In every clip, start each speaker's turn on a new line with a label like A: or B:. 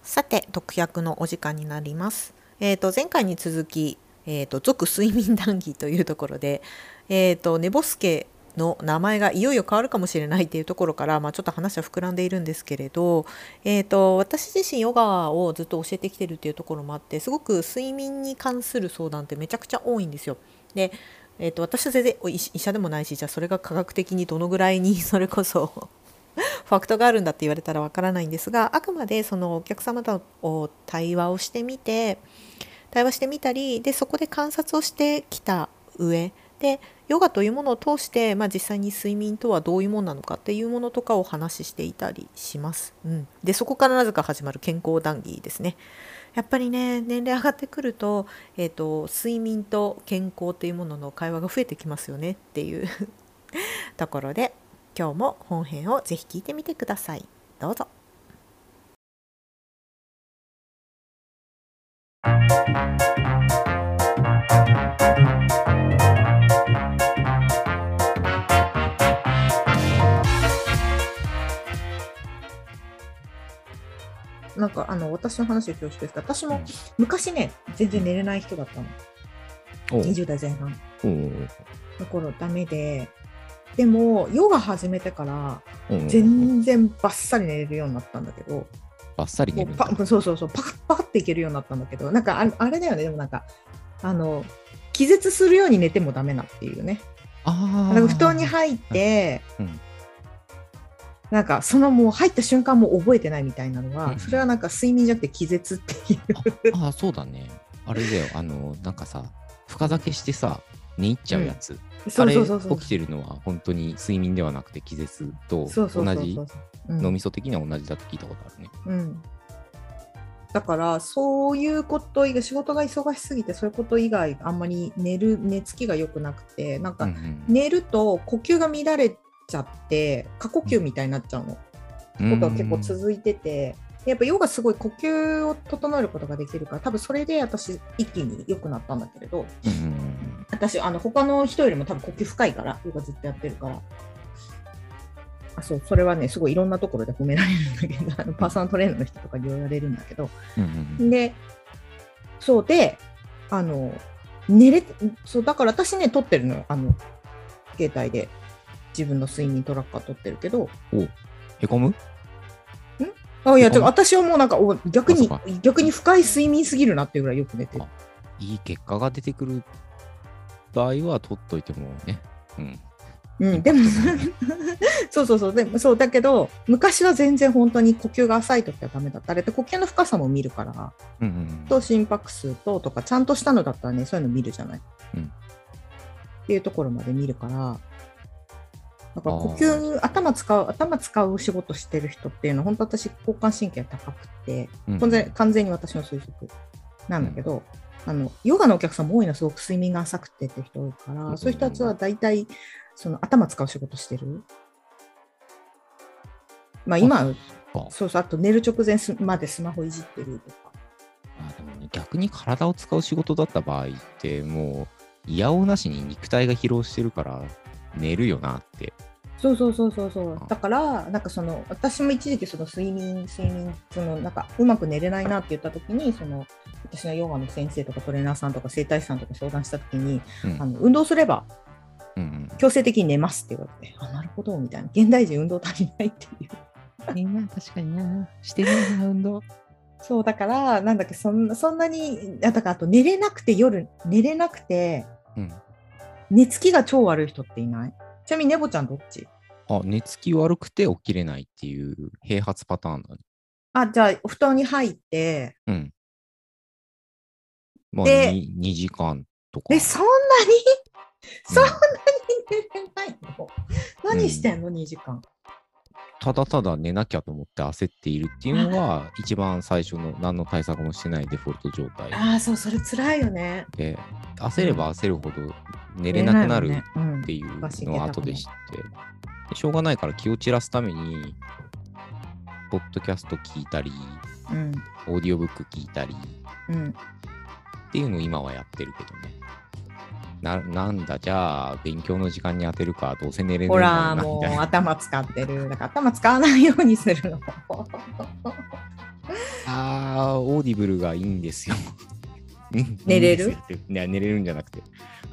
A: さて、読訳のお時間になります。前回に続き、続睡眠談義というところで、寝ぼすけの名前がいよいよ変わるかもしれないっていうところから、ちょっと話は膨らんでいるんですけれど、私自身ヨガをずっと教えてきてるっていうところもあって、すごく睡眠に関する相談ってめちゃくちゃ多いんですよ。で、私は全然医者でもないし、じゃあそれが科学的にどのぐらいにそれこそファクトがあるんだって言われたらわからないんですが、あくまでそのお客様と対話をしてみて、対話してみたりで、そこで観察をしてきた上で、ヨガというものを通して、実際に睡眠とはどういうものなのかっていうものとかを話していたりします。でそこからなぜか始まる健康談義ですね。やっぱりね、年齢上がってくると、睡眠と健康というものの会話が増えてきますよねっていうところで、今日も本編をぜひ聞いてみてください。どうぞ。なんか私の話を恐縮ですが、私も昔ね、全然寝れない人だったの。20代前半の頃ダメで、でもヨガ始めてから全然バッサリ寝れるようになったんだけど、
B: バッサリ寝るんだ。
A: そうパッていけるようになったんだけど、なんかあれだよね。でもなんか気絶するように寝てもダメなっていうね。なんか布団に入って、なんかそのもう入った瞬間も覚えてないみたいなのは、それはなんか睡眠じゃなくて気絶っていう。
B: そうだね。あれだよ、なんかさ、深酒してさ、寝入っちゃうやつ。あれ起きてるのは本当に睡眠ではなくて気絶と同じ、脳みそ的には同じだと聞いたことあるね。
A: だからそういうこと以外、仕事が忙しすぎてそういうこと以外あんまり寝つきが良くなくて、なんか寝ると呼吸が乱れちゃって過呼吸みたいになっちゃうのことが結構続いてて、やっぱヨガすごい呼吸を整えることができるから、多分それで私一気に良くなったんだけれど、私他の人よりも多分呼吸深いからヨガずっとやってるから、それはねすごいいろんなところで褒められるんだけど、パーソナルトレーナーの人とかに言われるんだけど、でそうでそうだから私ね撮ってるのよ、携帯で自分の睡眠トラッカー撮ってるけど。
B: へこむ？
A: いや私はもうなんか逆に深い睡眠すぎるなっていうぐらいよく寝てる。
B: いい結果が出てくる場合は取っといてもね。
A: でもそうだけど、昔は全然本当に呼吸が浅い時はダメだった。あれって呼吸の深さも見るから、と心拍数とかちゃんとしたのだったらね、そういうの見るじゃない、っていうところまで見るから、だから呼吸、頭使う仕事してる人っていうのは本当私交感神経が高くて、完全に私の推測なんだけど、ヨガのお客さんも多いのはすごく睡眠が浅くてって人多いから、そういう人たちは大体その頭使う仕事してる。今あと寝る直前までスマホいじってるとか。
B: でもね、逆に体を使う仕事だった場合ってもういやおうなしに肉体が疲労してるから寝るよなって。
A: そうだからなんか私も一時期睡眠なんかうまく寝れないなって言った時に、私のヨガの先生とかトレーナーさんとか整体師さんとか相談した時に、運動すれば強制的に寝ますって言われて、なるほどみたいな、現代人運動足りないっていう。
B: 確かにな、してるな運動。
A: そうだからなんだっけ、そんなにだから、あと夜寝れなくて、寝つきが超悪い人っていない？ちなみにネボちゃんどっち？
B: 寝つき悪くて起きれないっていう併発パターンだね。
A: じゃあお布団に入って、
B: で2時間とか。
A: そんなに寝れないの？何してんの、2時間。
B: ただただ寝なきゃと思って焦っているっていうのが一番最初の何の対策もしてないデフォルト状態。
A: それ辛いよね。
B: で焦れば焦るほど寝れなくなるっていうのを後で知って、しょうがないから気を散らすためにポッドキャスト聞いたり、オーディオブック聞いたり、っていうのを今はやってるけどね。なんだじゃあ勉強の時間に当てるか、どうせ寝れないなみたいな。
A: ほらもう頭使ってる。だから頭使わないようにするの。
B: オーディブルがいいんですよ。
A: 寝れる？
B: いや、寝れるんじゃなくて、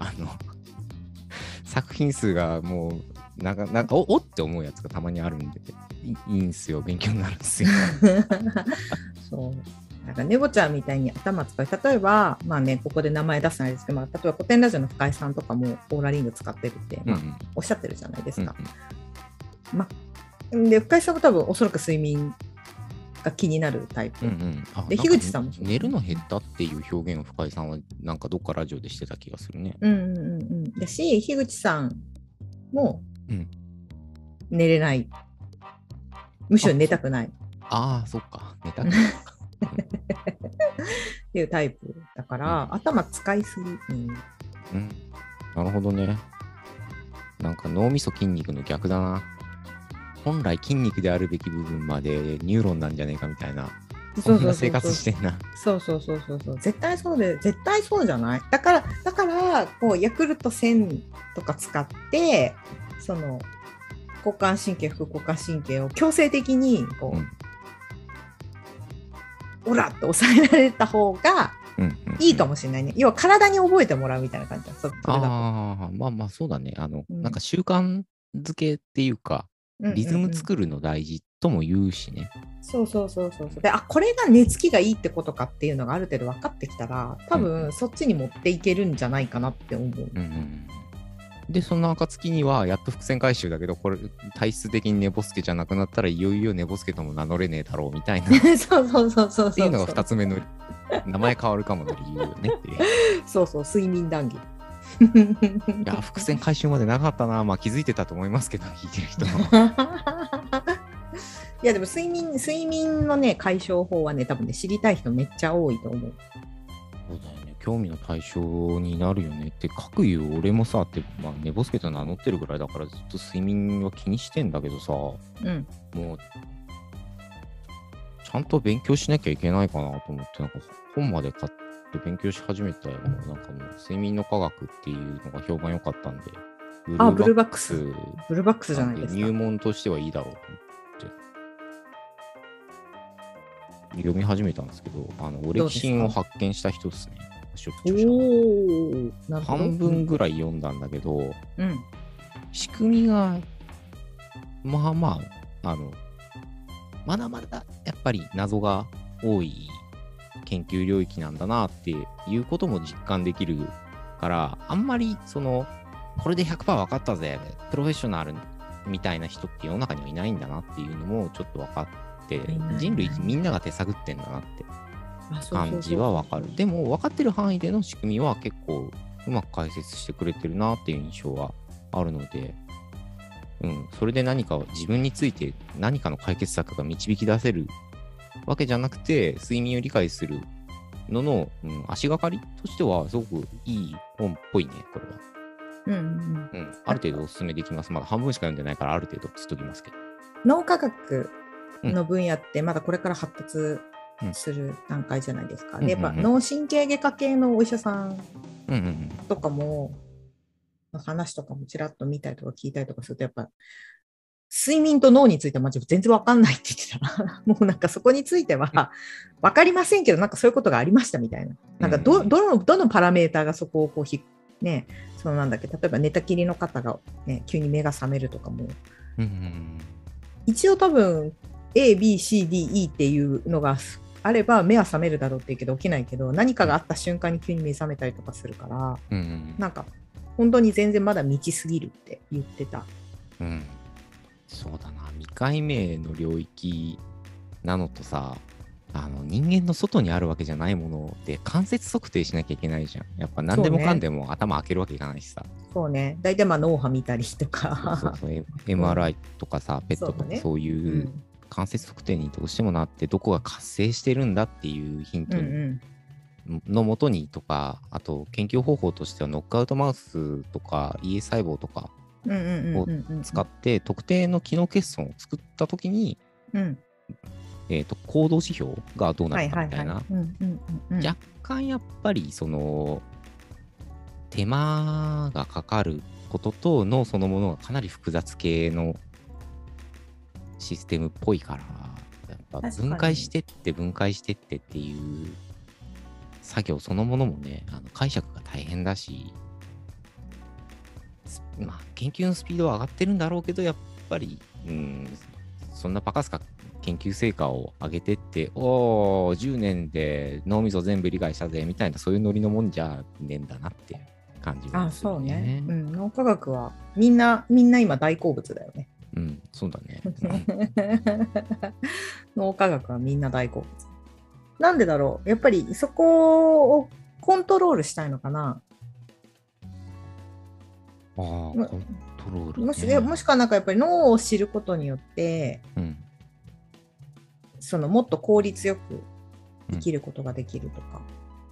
B: 作品数がもう、なんかおって思うやつがたまにあるんで、いいんすよ。勉強になるんですよ。
A: そう。なんかネボちゃんみたいに頭使い、例えば、まあね、ここで名前出さないですけど、まあ、例えば古典ラジオの深井さんとかもオーラリング使ってるって、まあおっしゃってるじゃないですか。まあ、で、深井さんも多分おそらく睡眠が気になるタイプ。で、樋口さんも
B: 寝るの減ったっていう表現を深井さんはなんかどっかラジオでしてた気がするね。
A: だし、樋口さんも寝れない。むしろ寝たくない。
B: そっか。寝たくない。
A: っていうタイプだから、頭使いすぎ。
B: なるほどね。なんか脳みそ筋肉の逆だな。本来筋肉であるべき部分までニューロンなんじゃねえかみたいな。そんな生活してんな。
A: そう。絶対そうで、絶対そうじゃない？だからこうヤクルト1000とか使って、その交感神経、副交感神経を強制的にこう、オラって抑えられた方がいいかもしれないね。要は体に覚えてもらうみたいな感じだ。
B: まあそうだね。なんか習慣づけっていうか、リズム作るの大事とも言うしね。
A: そう。で、これが寝つきがいいってことかっていうのがある程度分かってきたら、多分そっちに持っていけるんじゃないかなって思う。
B: で、その暁には、やっと伏線回収だけど、これ、体質的に寝ぼすけじゃなくなったらいよいよ寝ぼすけとも名乗れねえだろうみたいな。
A: そう。
B: っていうのが2つ目の、名前変わるかもの理由よねっていう。
A: そう、睡眠談義。
B: いや、伏線回収までなかったな。まあ気づいてたと思いますけど、聞いてる人は。
A: いや、でも睡眠のね、解消法はね、多分ね、知りたい人めっちゃ多いと思う。
B: そうだよね。興味の対象になるよねって、各言う俺もさ、って、まあ、寝ぼすけと名乗ってるぐらいだからずっと睡眠は気にしてんだけどさ、もう、ちゃんと勉強しなきゃいけないかなと思って、なんか本まで買って勉強し始めたよ。なんかもう睡眠の科学っていうのが評判良かったんで、
A: ブルーバックス。ブルーバックスじゃないですか。
B: 入門としてはいいだろうと思って。読み始めたんですけど、オレキシンを発見した人ですね。半分ぐらい読んだんだけど、仕組みが、まだまだやっぱり謎が多い研究領域なんだなっていうことも実感できるから、あんまりこれで 100% 分かったぜ、プロフェッショナルみたいな人って世の中にはいないんだなっていうのもちょっと分かって、人類みんなが手探ってんだなって感じは分かる。でも分かってる範囲での仕組みは結構うまく解説してくれてるなっていう印象はあるので、それで何か自分について何かの解決策が導き出せるわけじゃなくて、睡眠を理解するのの、足がかりとしてはすごくいい本っぽいね、これは。ある程度お勧めできます。まだ半分しか読んでないからある程度つっときますけど。
A: 脳科学の分野ってまだこれから発達する段階じゃないですか。で、やっぱ脳神経外科系のお医者さんとかも、話とかもちらっと見たりとか聞いたりとかすると、やっぱ睡眠と脳については全然わかんないって言ってた。もうなんかそこについてはわかりませんけど、なんかそういうことがありましたみたいな。なんかどのパラメーターがそこをこうね、なんだっけ、例えば寝たきりの方が、ね、急に目が覚めるとかも、一応多分 A、B、C、D、E っていうのがあれば目は覚めるだろうって言うけど起きないけど、何かがあった瞬間に急に目覚めたりとかするから、なんか本当に全然まだ未知すぎるって言ってた。
B: そうだな、未解明の領域なのとさ、人間の外にあるわけじゃないもので間接測定しなきゃいけないじゃん。やっぱ何でもかんでも頭開けるわけいかないしさ。
A: そうね。大体脳波見たりとか。
B: MRI とかさ、ペットとかそういう間接測定にどうしてもなって、どこが活性してるんだっていうヒントのもとにとか、あと研究方法としてはノックアウトマウスとか EA 細胞とかを使って特定の機能欠損を作ったときに、行動指標がどうなるかみたいな、若干やっぱり手間がかかることと脳そのものがかなり複雑系のシステムっぽいから、やっ分解してっていう作業そのものもね、解釈が大変だし、まあ、研究のスピードは上がってるんだろうけど、やっぱり、そんなバカすか研究成果を上げてって、10年で脳みそ全部理解したぜみたいな、そういうノリのもんじゃねえんだなっていう感じがする、ね。
A: そうね。脳科学はみんな今大好物だよね。
B: そうだね。
A: 脳科学はみんな大好物。なんでだろう、やっぱりそこをコントロールしたいのかな。
B: コントロール、ね、
A: もしくはなんかやっぱり脳を知ることによって、そのもっと効率よく生きることができるとか。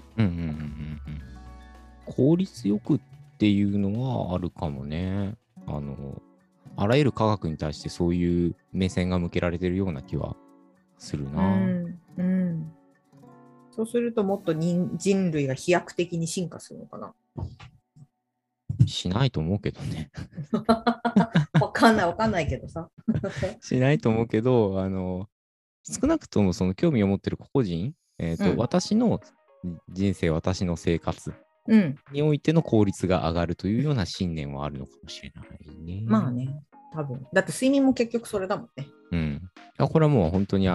B: 効率よくっていうのはあるかもね。あらゆる科学に対してそういう目線が向けられてるような気はするな。
A: そうするともっと人類が飛躍的に進化するのかな。
B: しないと思うけどね。
A: わかんないけどさ。
B: しないと思うけど、少なくともその興味を持ってる個々人、私の人生、私の生活においての効率が上がるというような信念はあるのかもしれないね。
A: まあね、多分。だって睡眠も結局それだもんね。
B: これはもう本当に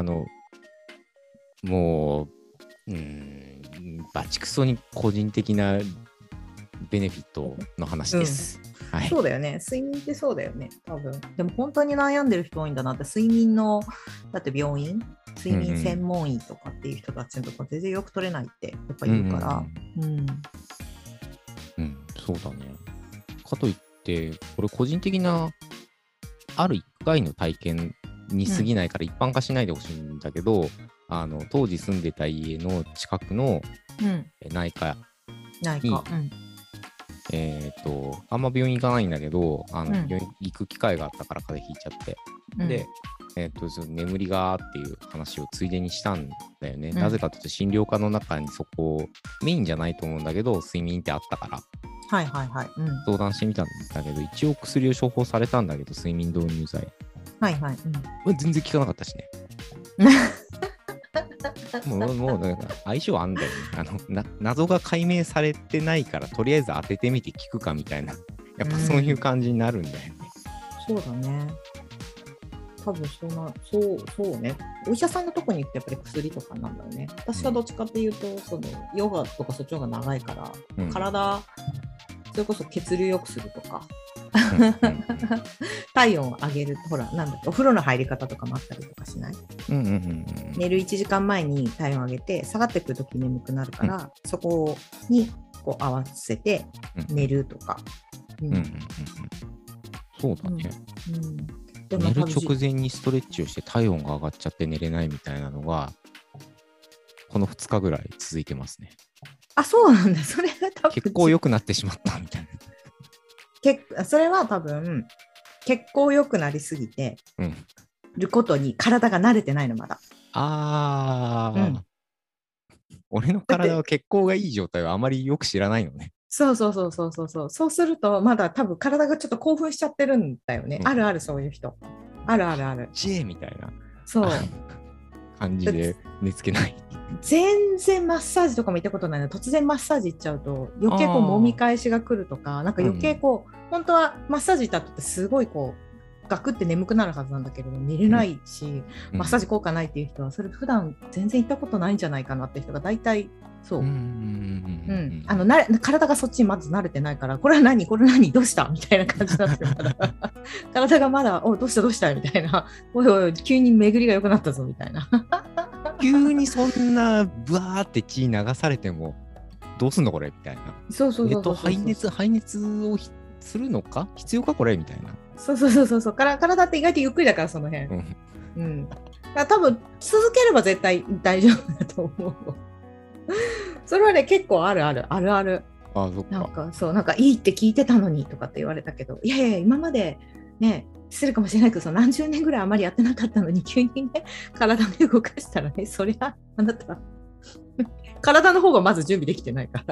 B: もう、バチクソに個人的なベネフィットの話です。
A: そうだよね。睡眠ってそうだよね。多分。でも本当に悩んでる人多いんだなって、睡眠の、だって病院、睡眠専門医とかっていう人たちのとこ全然よく取れないってやっぱ言うから。
B: そうだね。かといって、これ個人的なある1回の体験に過ぎないから一般化しないでほしいんだけど、当時住んでた家の近くの内科に、あんま病院行かないんだけど、病院行く機会があったから風邪ひいちゃって。で、眠りがっていう話をついでにしたんだよね。なぜかというと診療科の中にそこメインじゃないと思うんだけど睡眠ってあったから相談してみたんだけど、一応薬を処方されたんだけど睡眠導入剤全然効かなかったしね。もうなんか相性あんだよね。謎が解明されてないからとりあえず当ててみて効くかみたいな、やっぱそういう感じになるんだよね。
A: そうだね。多分そうね。お医者さんのとこに行ってやっぱり薬とかなんだよね。私はどっちかっていうと、そのヨガとかそっちの方が長いから、体それこそ血流良くするとか、体温を上げる、ほらなんだっけ、お風呂の入り方とかもあったりとかしない？寝る1時間前に体温を上げて下がってくるとき眠くなるから、そこにこう合わせて寝るとか。
B: そうだね。寝る直前にストレッチをして体温が上がっちゃって寝れないみたいなのがこの2日ぐらい続いてますね。
A: そうなんだ。それが多分
B: 結構良くなってしまったみたい
A: な。それは多分結構良くなりすぎてることに体が慣れてないのまだ。
B: 俺の体は血行がいい状態はあまりよく知らないのね。
A: そうするとまだ多分体がちょっと興奮しちゃってるんだよね。あるそういう人。ある。
B: チェーみたいな感じで寝つけない。
A: 全然マッサージとかも行ったことないの。突然マッサージ行っちゃうと余計こう揉み返しが来るとか、なんか余計こう、本当はマッサージ行った後ってすごいこうガクって眠くなるはずなんだけれど寝れないし、マッサージ効果ないっていう人はそれ普段全然行ったことないんじゃないかなって人が大体そう。体がそっちにまず慣れてないから、これは何どうしたみたいな感じになって体がまだどうしたみたいな、おい急に巡りが良くなったぞみたいな。
B: 急にそんなブワーって血流されてもどうすんのこれみたいな。排熱をするのか必要かこれみたいな。
A: そう体って意外とゆっくりだからその辺。多分続ければ絶対大丈夫だと思う。それはね結構ある。
B: そっか。
A: なんかいいって聞いてたのにとかって言われたけど、いや今までね失礼かもしれないけど、何十年ぐらいあまりやってなかったのに急にね体で動かしたらね、そりゃあなた体の方がまず準備できてないから。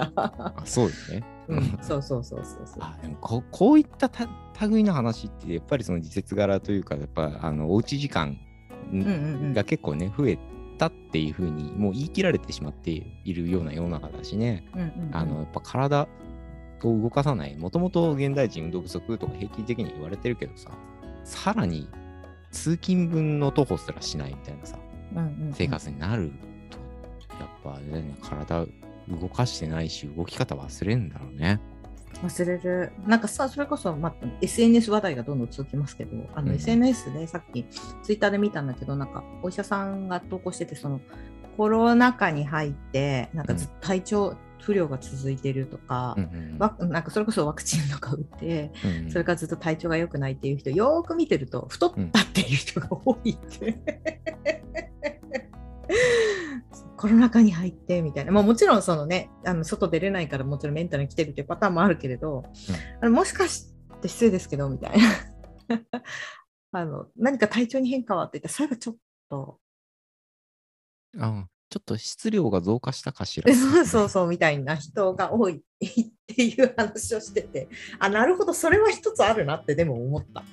B: そうですね。
A: そう。
B: でもこういった類の話ってやっぱりその時節柄というか、やっぱおうち時間が結構ね増えたっていう風にもう言い切られてしまっているような世の中だしね、やっぱ体を動かさない、もともと現代人運動不足とか平均的に言われてるけどさ、さらに通勤分の徒歩すらしないみたいなさ、生活になるとやっぱね、体動かしてないし動き方忘れるんだろうね。
A: 忘れる。なんかさ、それこそ、SNS 話題がどんどん続きますけど、SNS でさっきツイッターで見たんだけど、なんかお医者さんが投稿してて、そのコロナ禍に入ってなんかずっと体調不良が続いてるとか、なんかそれこそワクチンとか打って、それからずっと体調が良くないっていう人、よーく見てると太ったっていう人が多いって、コロナ禍に入ってみたいな、もちろんそのね、外出れないからもちろんメンタルに来てるっていうパターンもあるけれど、もしかして失礼ですけどみたいな何か体調に変化はって言ったら、それがちょっと
B: ちょっと質量が増加したかしら。
A: そうみたいな人が多いっていう話をしてて、なるほど、それは一つあるなってでも思った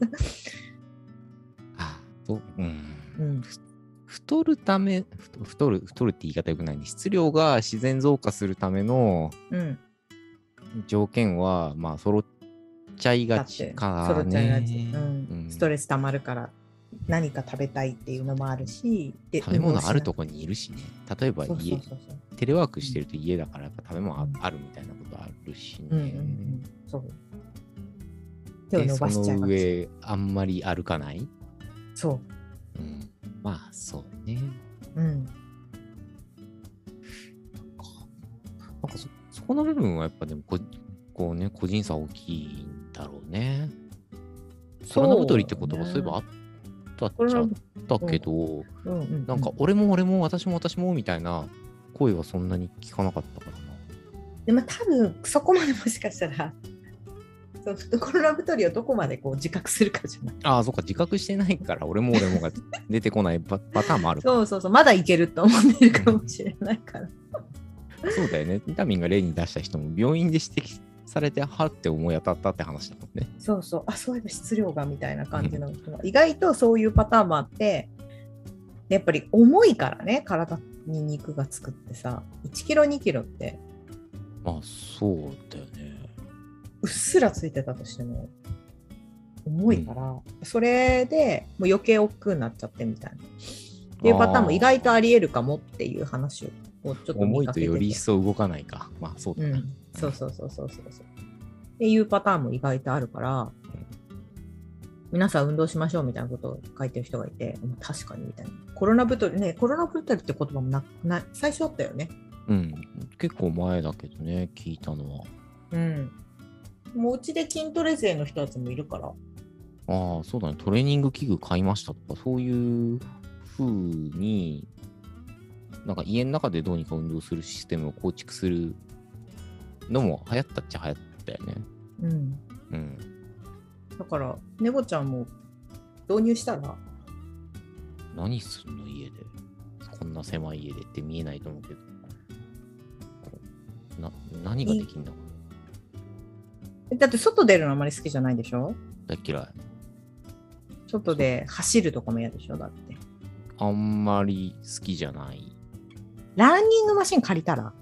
B: 太るため、太るって言い方よくないね。質量が自然増加するための条件は、揃っちゃいがちかね。揃っちゃいがち。
A: ストレス溜まるから何か食べたいっていうのもあるし、
B: 食べ物あるとこにいるしね。例えばテレワークしてると家だからやっぱ食べ物あるみたいなことあるしね。手を伸ばしちゃいがち。その上あんまり歩かない。
A: そう。
B: そうね。なんかそこの部分はやっぱでも個人差大きいんだろうね。コロナ太りって言葉そういえばあったっちゃったけど、なんか俺も私もみたいな声はそんなに聞かなかったからな。
A: でも多分そこまでもしかしたらコロナ太りをどこまで自覚するかじゃない。
B: そうか、自覚してないから俺もが出てこないパターンもあるから。
A: そうまだいけると思ってるかもしれないから
B: そうだよね。ビタミンが例に出した人も病院で指摘されてはって思い当たったって話だもんね。
A: そういえば質量がみたいな感じの人が意外とそういうパターンもあって、やっぱり重いからね、体に肉がつくってさ、1キロ2キロって
B: そうだよね。
A: うっすらついてたとしても重いから、それでもう余計億劫になっちゃってみたいなっていうパターンも意外とありえるかもっていう話をちょっと
B: 重いとより一層動かないか。そうだね。
A: そうっていうパターンも意外とあるから、皆さん運動しましょうみたいなことを書いてる人がいて、確かにみたいな。コロナ太りって言葉も最初あったよね。
B: 結構前だけどね、聞いたのは。
A: もううちで筋トレ勢の人たちもいるから。
B: そうだね。トレーニング器具買いましたとか、そういう風に、なんか家の中でどうにか運動するシステムを構築するのも流行ったっちゃ流行ったよね。
A: だから、ネボちゃんも導入したら
B: 何すんの家で。こんな狭い家でって見えないと思うけど。何ができんだろ
A: う。だって外出るのあまり好きじゃないでしょ。
B: 大嫌い。
A: 外で走るとかも嫌でしょ。だって
B: あんまり好きじゃない。
A: ランニングマシン借りたら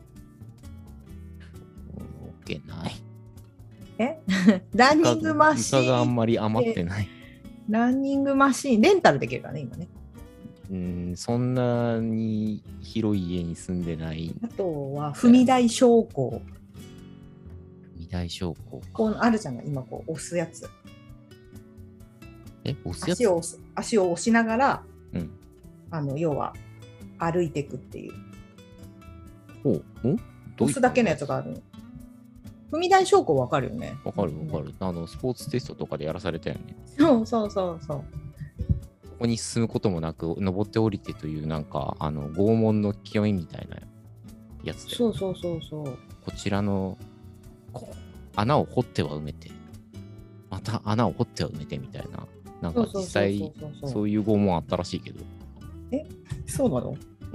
B: OKない。
A: ランニングマシン
B: 床があんまり余ってない。
A: ランニングマシンレンタルできるからね今ね。
B: そんなに広い家に住んでない。
A: あとは踏み台昇降。
B: 踏み台昇降。
A: こうあるじゃない今押すやつ。
B: 押すやつ。
A: 足を押しながら、要は歩いていくっていう。押すだけのやつがある。踏み台昇降わかるよね。
B: わかる。スポーツテストとかでやらされたよね。
A: そう。
B: ここに進むこともなく登って降りてというなんか拷問の極みみたいなやつで。
A: そう。
B: こちらの穴を掘っては埋めて、また穴を掘っては埋めてみたいな。なんか実際そういう拷問あったらしいけど。
A: そうなの？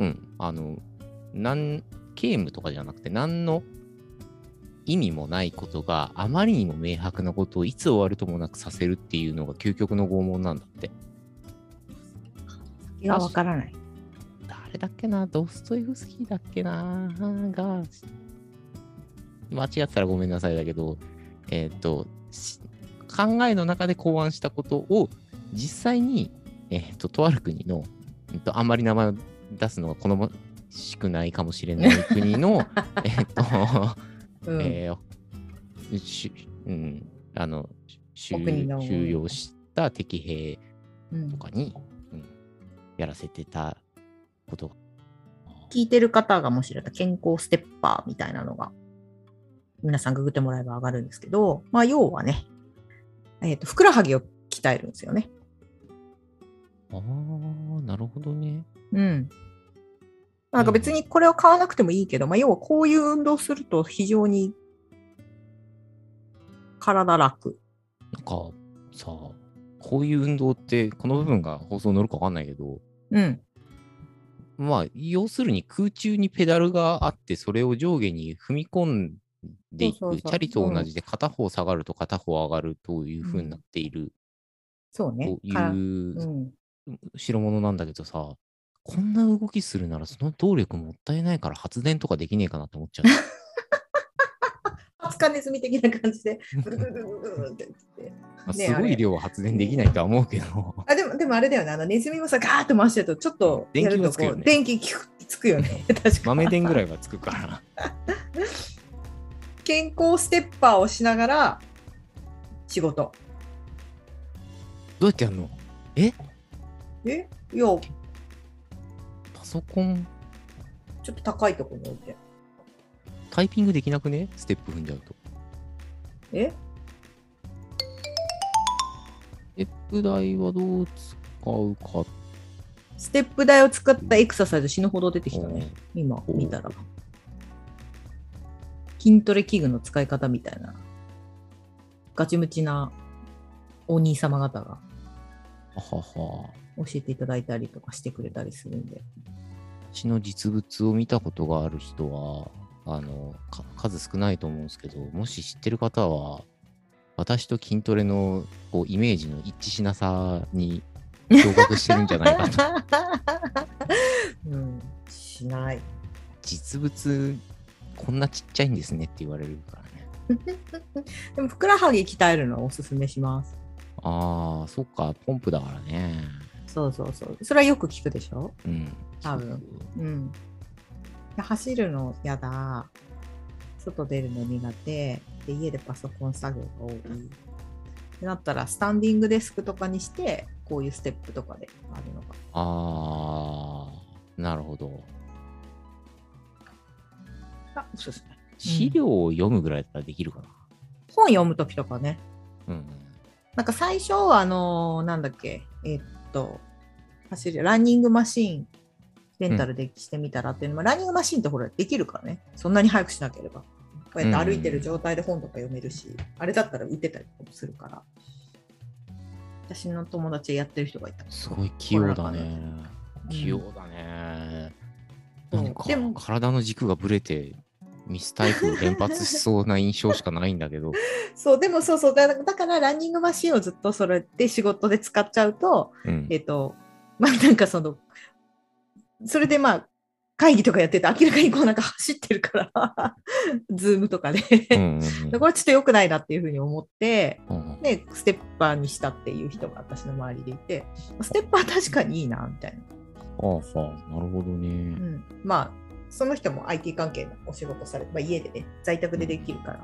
B: 刑務とかじゃなくて何の意味もないことがあまりにも明白なことをいつ終わるともなくさせるっていうのが究極の拷問なんだって。
A: いや、わからない。
B: 誰だっけな、ドストエフスキーだっけなが、間違ってたらごめんなさいだけど、考えの中で考案したことを実際に、とある国の、あんまり名前を出すのが好ましくないかもしれない国の、収容した敵兵とかに、やらせてたことが。
A: 聞いてる方がもしれた健康ステッパーみたいなのが、皆さんググってもらえば上がるんですけど、まあ要はね、ふくらはぎを鍛えるんですよね。
B: ああ、なるほどね。
A: うん。なんか別にこれを買わなくてもいいけど、まあ要はこういう運動すると非常に体楽。
B: なんかさ、こういう運動ってこの部分が放送乗るか分かんないけど、
A: うん。
B: まあ要するに空中にペダルがあってそれを上下に踏み込んでいく、チャリと同じで片方下がると片方上がるという風になっている、
A: そうね。
B: という代物なんだけどさ、こんな動きするならその動力もったいないから発電とかできねえかなって思っちゃう。
A: 20日ネズミ的な感じで、ブルブルブルブルって
B: すごい量は発電できないとは思うけど。
A: でもあれだよね、ネズミもさ、ガーッと回してると、ちょっとやるとこう、電気つくよね。確かに。
B: 豆電ぐらいはつくから。
A: 健康ステッパーをしながら、仕事。
B: どうやってやるの？い
A: や、
B: パソコン
A: ちょっと高いところに置いて。
B: タイピングできなくね？ステップ踏んじゃうと。ステップ台はどう使うか。
A: ステップ台を使ったエクササイズ死ぬほど出てきたね。今見たら。筋トレ器具の使い方みたいな。ガチムチなお兄様方が教えていただいたりとかしてくれたりするんで。
B: 私の実物を見たことがある人は、数少ないと思うんですけど、もし知ってる方は、私と筋トレのこうイメージの一致しなさに驚愕してるんじゃないかと。
A: しない。
B: 実物、こんなちっちゃいんですねって言われるからね。
A: でも、ふくらはぎ鍛えるのをおすすめします。
B: ああ、そっか、ポンプだからね。
A: そう。それはよく聞くでしょ？多分。走るのやだ。外出るの苦手。で、家でパソコン作業が多い。ってなったら、スタンディングデスクとかにして、こういうステップとかであるのが。
B: なるほど。
A: そうですね。
B: 資料を読むぐらいだったらできるかな。
A: 本読むときとかね。なんか最初はなんだっけ、ランニングマシーンレンタルでしてみたらっていうのも、ランニングマシーンってほらできるからね。そんなに早くしなければ。こうやって歩いてる状態で本とか読めるし、あれだったら打てたりとかもするから。私の友達やってる人がいた。
B: すごい器用だね。器用だね。なんか体の軸がぶれてミスタイプ連発しそうな印象しかないんだけど。
A: でもだからランニングマシンをずっとそれで仕事で使っちゃうと、なんかそれで会議とかやってて明らかにこうなんか走ってるからズームとかでこれちょっと良くないなっていうふうに思って、でステッパーにしたっていう人が私の周りでいて、ステッパー確かにいいなみたいな。
B: なるほどね。
A: その人も IT 関係のお仕事されて、家でね、在宅でできるから、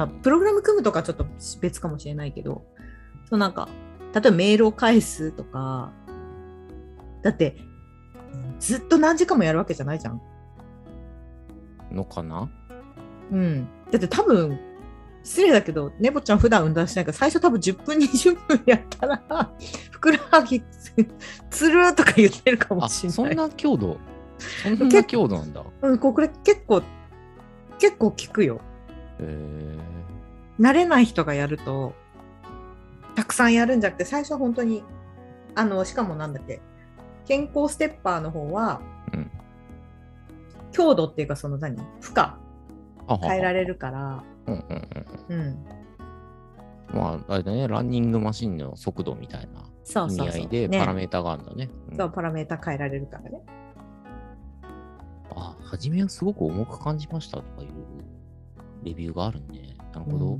A: プログラム組むとかちょっと別かもしれないけど、なんか、例えばメールを返すとか、だって、ずっと何時間もやるわけじゃないじゃん。
B: のかな？
A: だって多分、失礼だけど、ねぼちゃん普段運動しないから、最初多分10分、20分やったら、ふくらはぎつるーとか言ってるかもしれない。
B: そんな強度なんだ。
A: これ結構効くよ。慣れない人がやると、たくさんやるんじゃなくて、最初は本当に、しかもなんだっけ、健康ステッパーの方は、強度っていうか、負荷変えられるから、
B: あれだね、ランニングマシンの速度みたいな意味合いでパラメータがあるんだね。
A: そう、パラメータ変えられるからね。
B: 初めはすごく重く感じましたとかいうレビューがあるね。なるほど。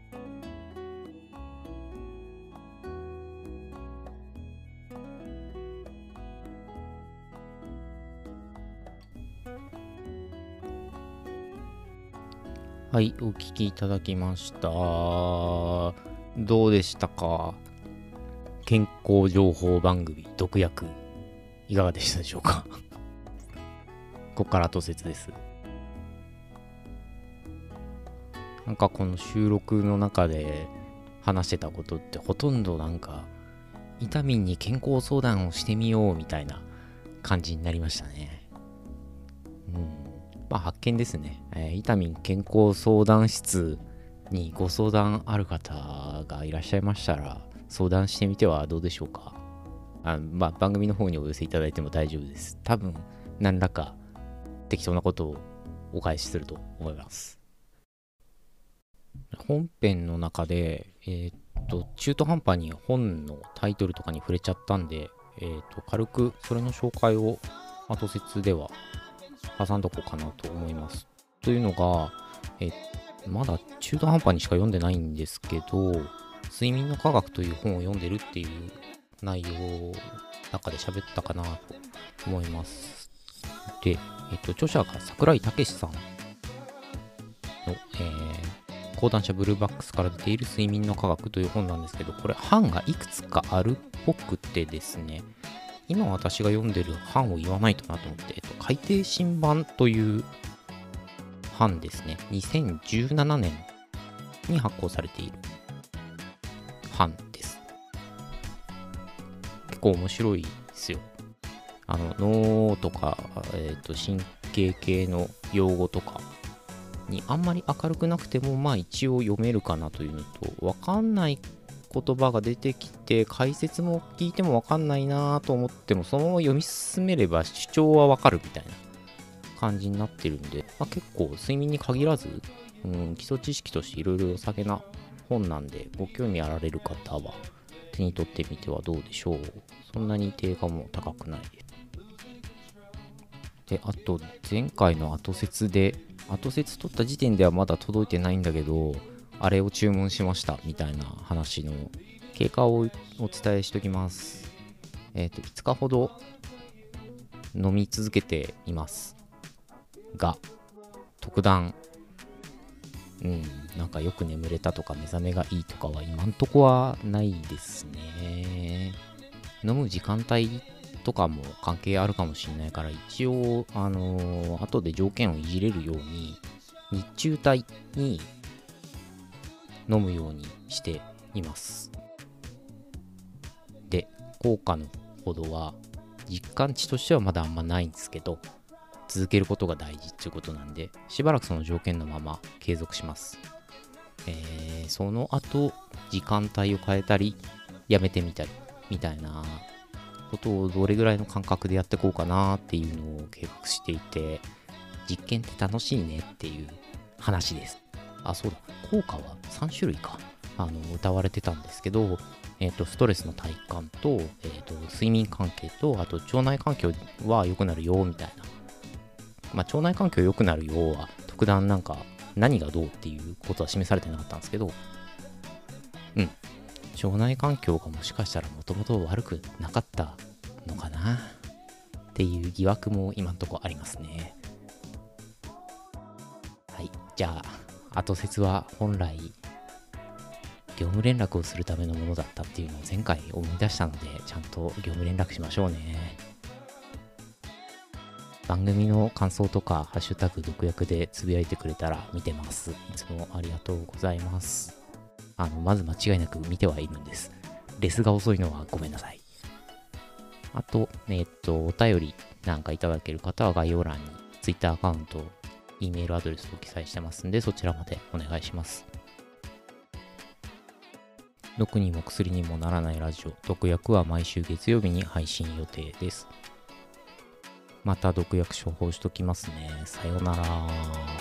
B: はい、お聞きいただきました。どうでしたか？健康情報番組、毒薬、いかがでしたでしょうか？ここから後説です。なんかこの収録の中で話してたことってほとんどなんか、イタミンに健康相談をしてみようみたいな感じになりましたね。発見ですね。イタミン健康相談室にご相談ある方がいらっしゃいましたら、相談してみてはどうでしょうか。番組の方にお寄せいただいても大丈夫です。多分、何らか適当なことをお返しすると思います。本編の中で、中途半端に本のタイトルとかに触れちゃったんで、軽くそれの紹介を後説では挟んどこうかなと思います。というのが、まだ中途半端にしか読んでないんですけど、睡眠の科学という本を読んでるっていう内容の中で喋ったかなと思います。で、著者が桜井武さんの、講談社ブルーバックスから出ている睡眠の科学という本なんですけど、これ版がいくつかあるっぽくてですね、今私が読んでる版を言わないとなと思って、改訂新版という版ですね。2017年に発行されている版です。結構面白いですよ。脳とか、神経系の用語とかにあんまり明るくなくても、一応読めるかなというのと、わかんない言葉が出てきて解説も聞いてもわかんないなと思っても、そのまま読み進めれば主張はわかるみたいな感じになってるんで、結構睡眠に限らず、基礎知識としていろいろ良さげな本なんで、ご興味あられる方は手に取ってみてはどうでしょう。そんなに定価も高くないです。で、あと前回の後説取った時点ではまだ届いてないんだけど、あれを注文しましたみたいな話の経過をお伝えしておきます。5日ほど飲み続けていますが、特段なんかよく眠れたとか目覚めがいいとかは今んとこはないですね。飲む時間帯とかも関係あるかもしれないから、一応後で条件をいじれるように日中帯に飲むようにしています。で、効果のほどは実感値としてはまだあんまないんですけど、続けることが大事っていうことなんで、しばらくその条件のまま継続します。その後時間帯を変えたりやめてみたりみたいなことをどれぐらいの間隔でやっていこうかなっていうのを計画していて、実験って楽しいねっていう話です。そうだ、効果は3種類か謳われてたんですけど、ストレスの体感と、睡眠関係と、あと腸内環境は良くなるよみたいな。腸内環境良くなるよは特段なんか何がどうっていうことは示されてなかったんですけど、腸内環境がもしかしたらもともと悪くなかったのかなっていう疑惑も今んとこありますね。はい、じゃあ後説は本来業務連絡をするためのものだったっていうのを前回思い出したので、ちゃんと業務連絡しましょうね。番組の感想とかハッシュタグ毒薬でつぶやいてくれたら見てます。いつもありがとうございます。まず間違いなく見てはいるんです。レスが遅いのはごめんなさい。あと、お便りなんかいただける方は概要欄に Twitter アカウント、E メールアドレスを記載してますんで、そちらまでお願いします。毒にも薬にもならないラジオ、毒薬は毎週月曜日に配信予定です。また毒薬処方しときますね。さようなら。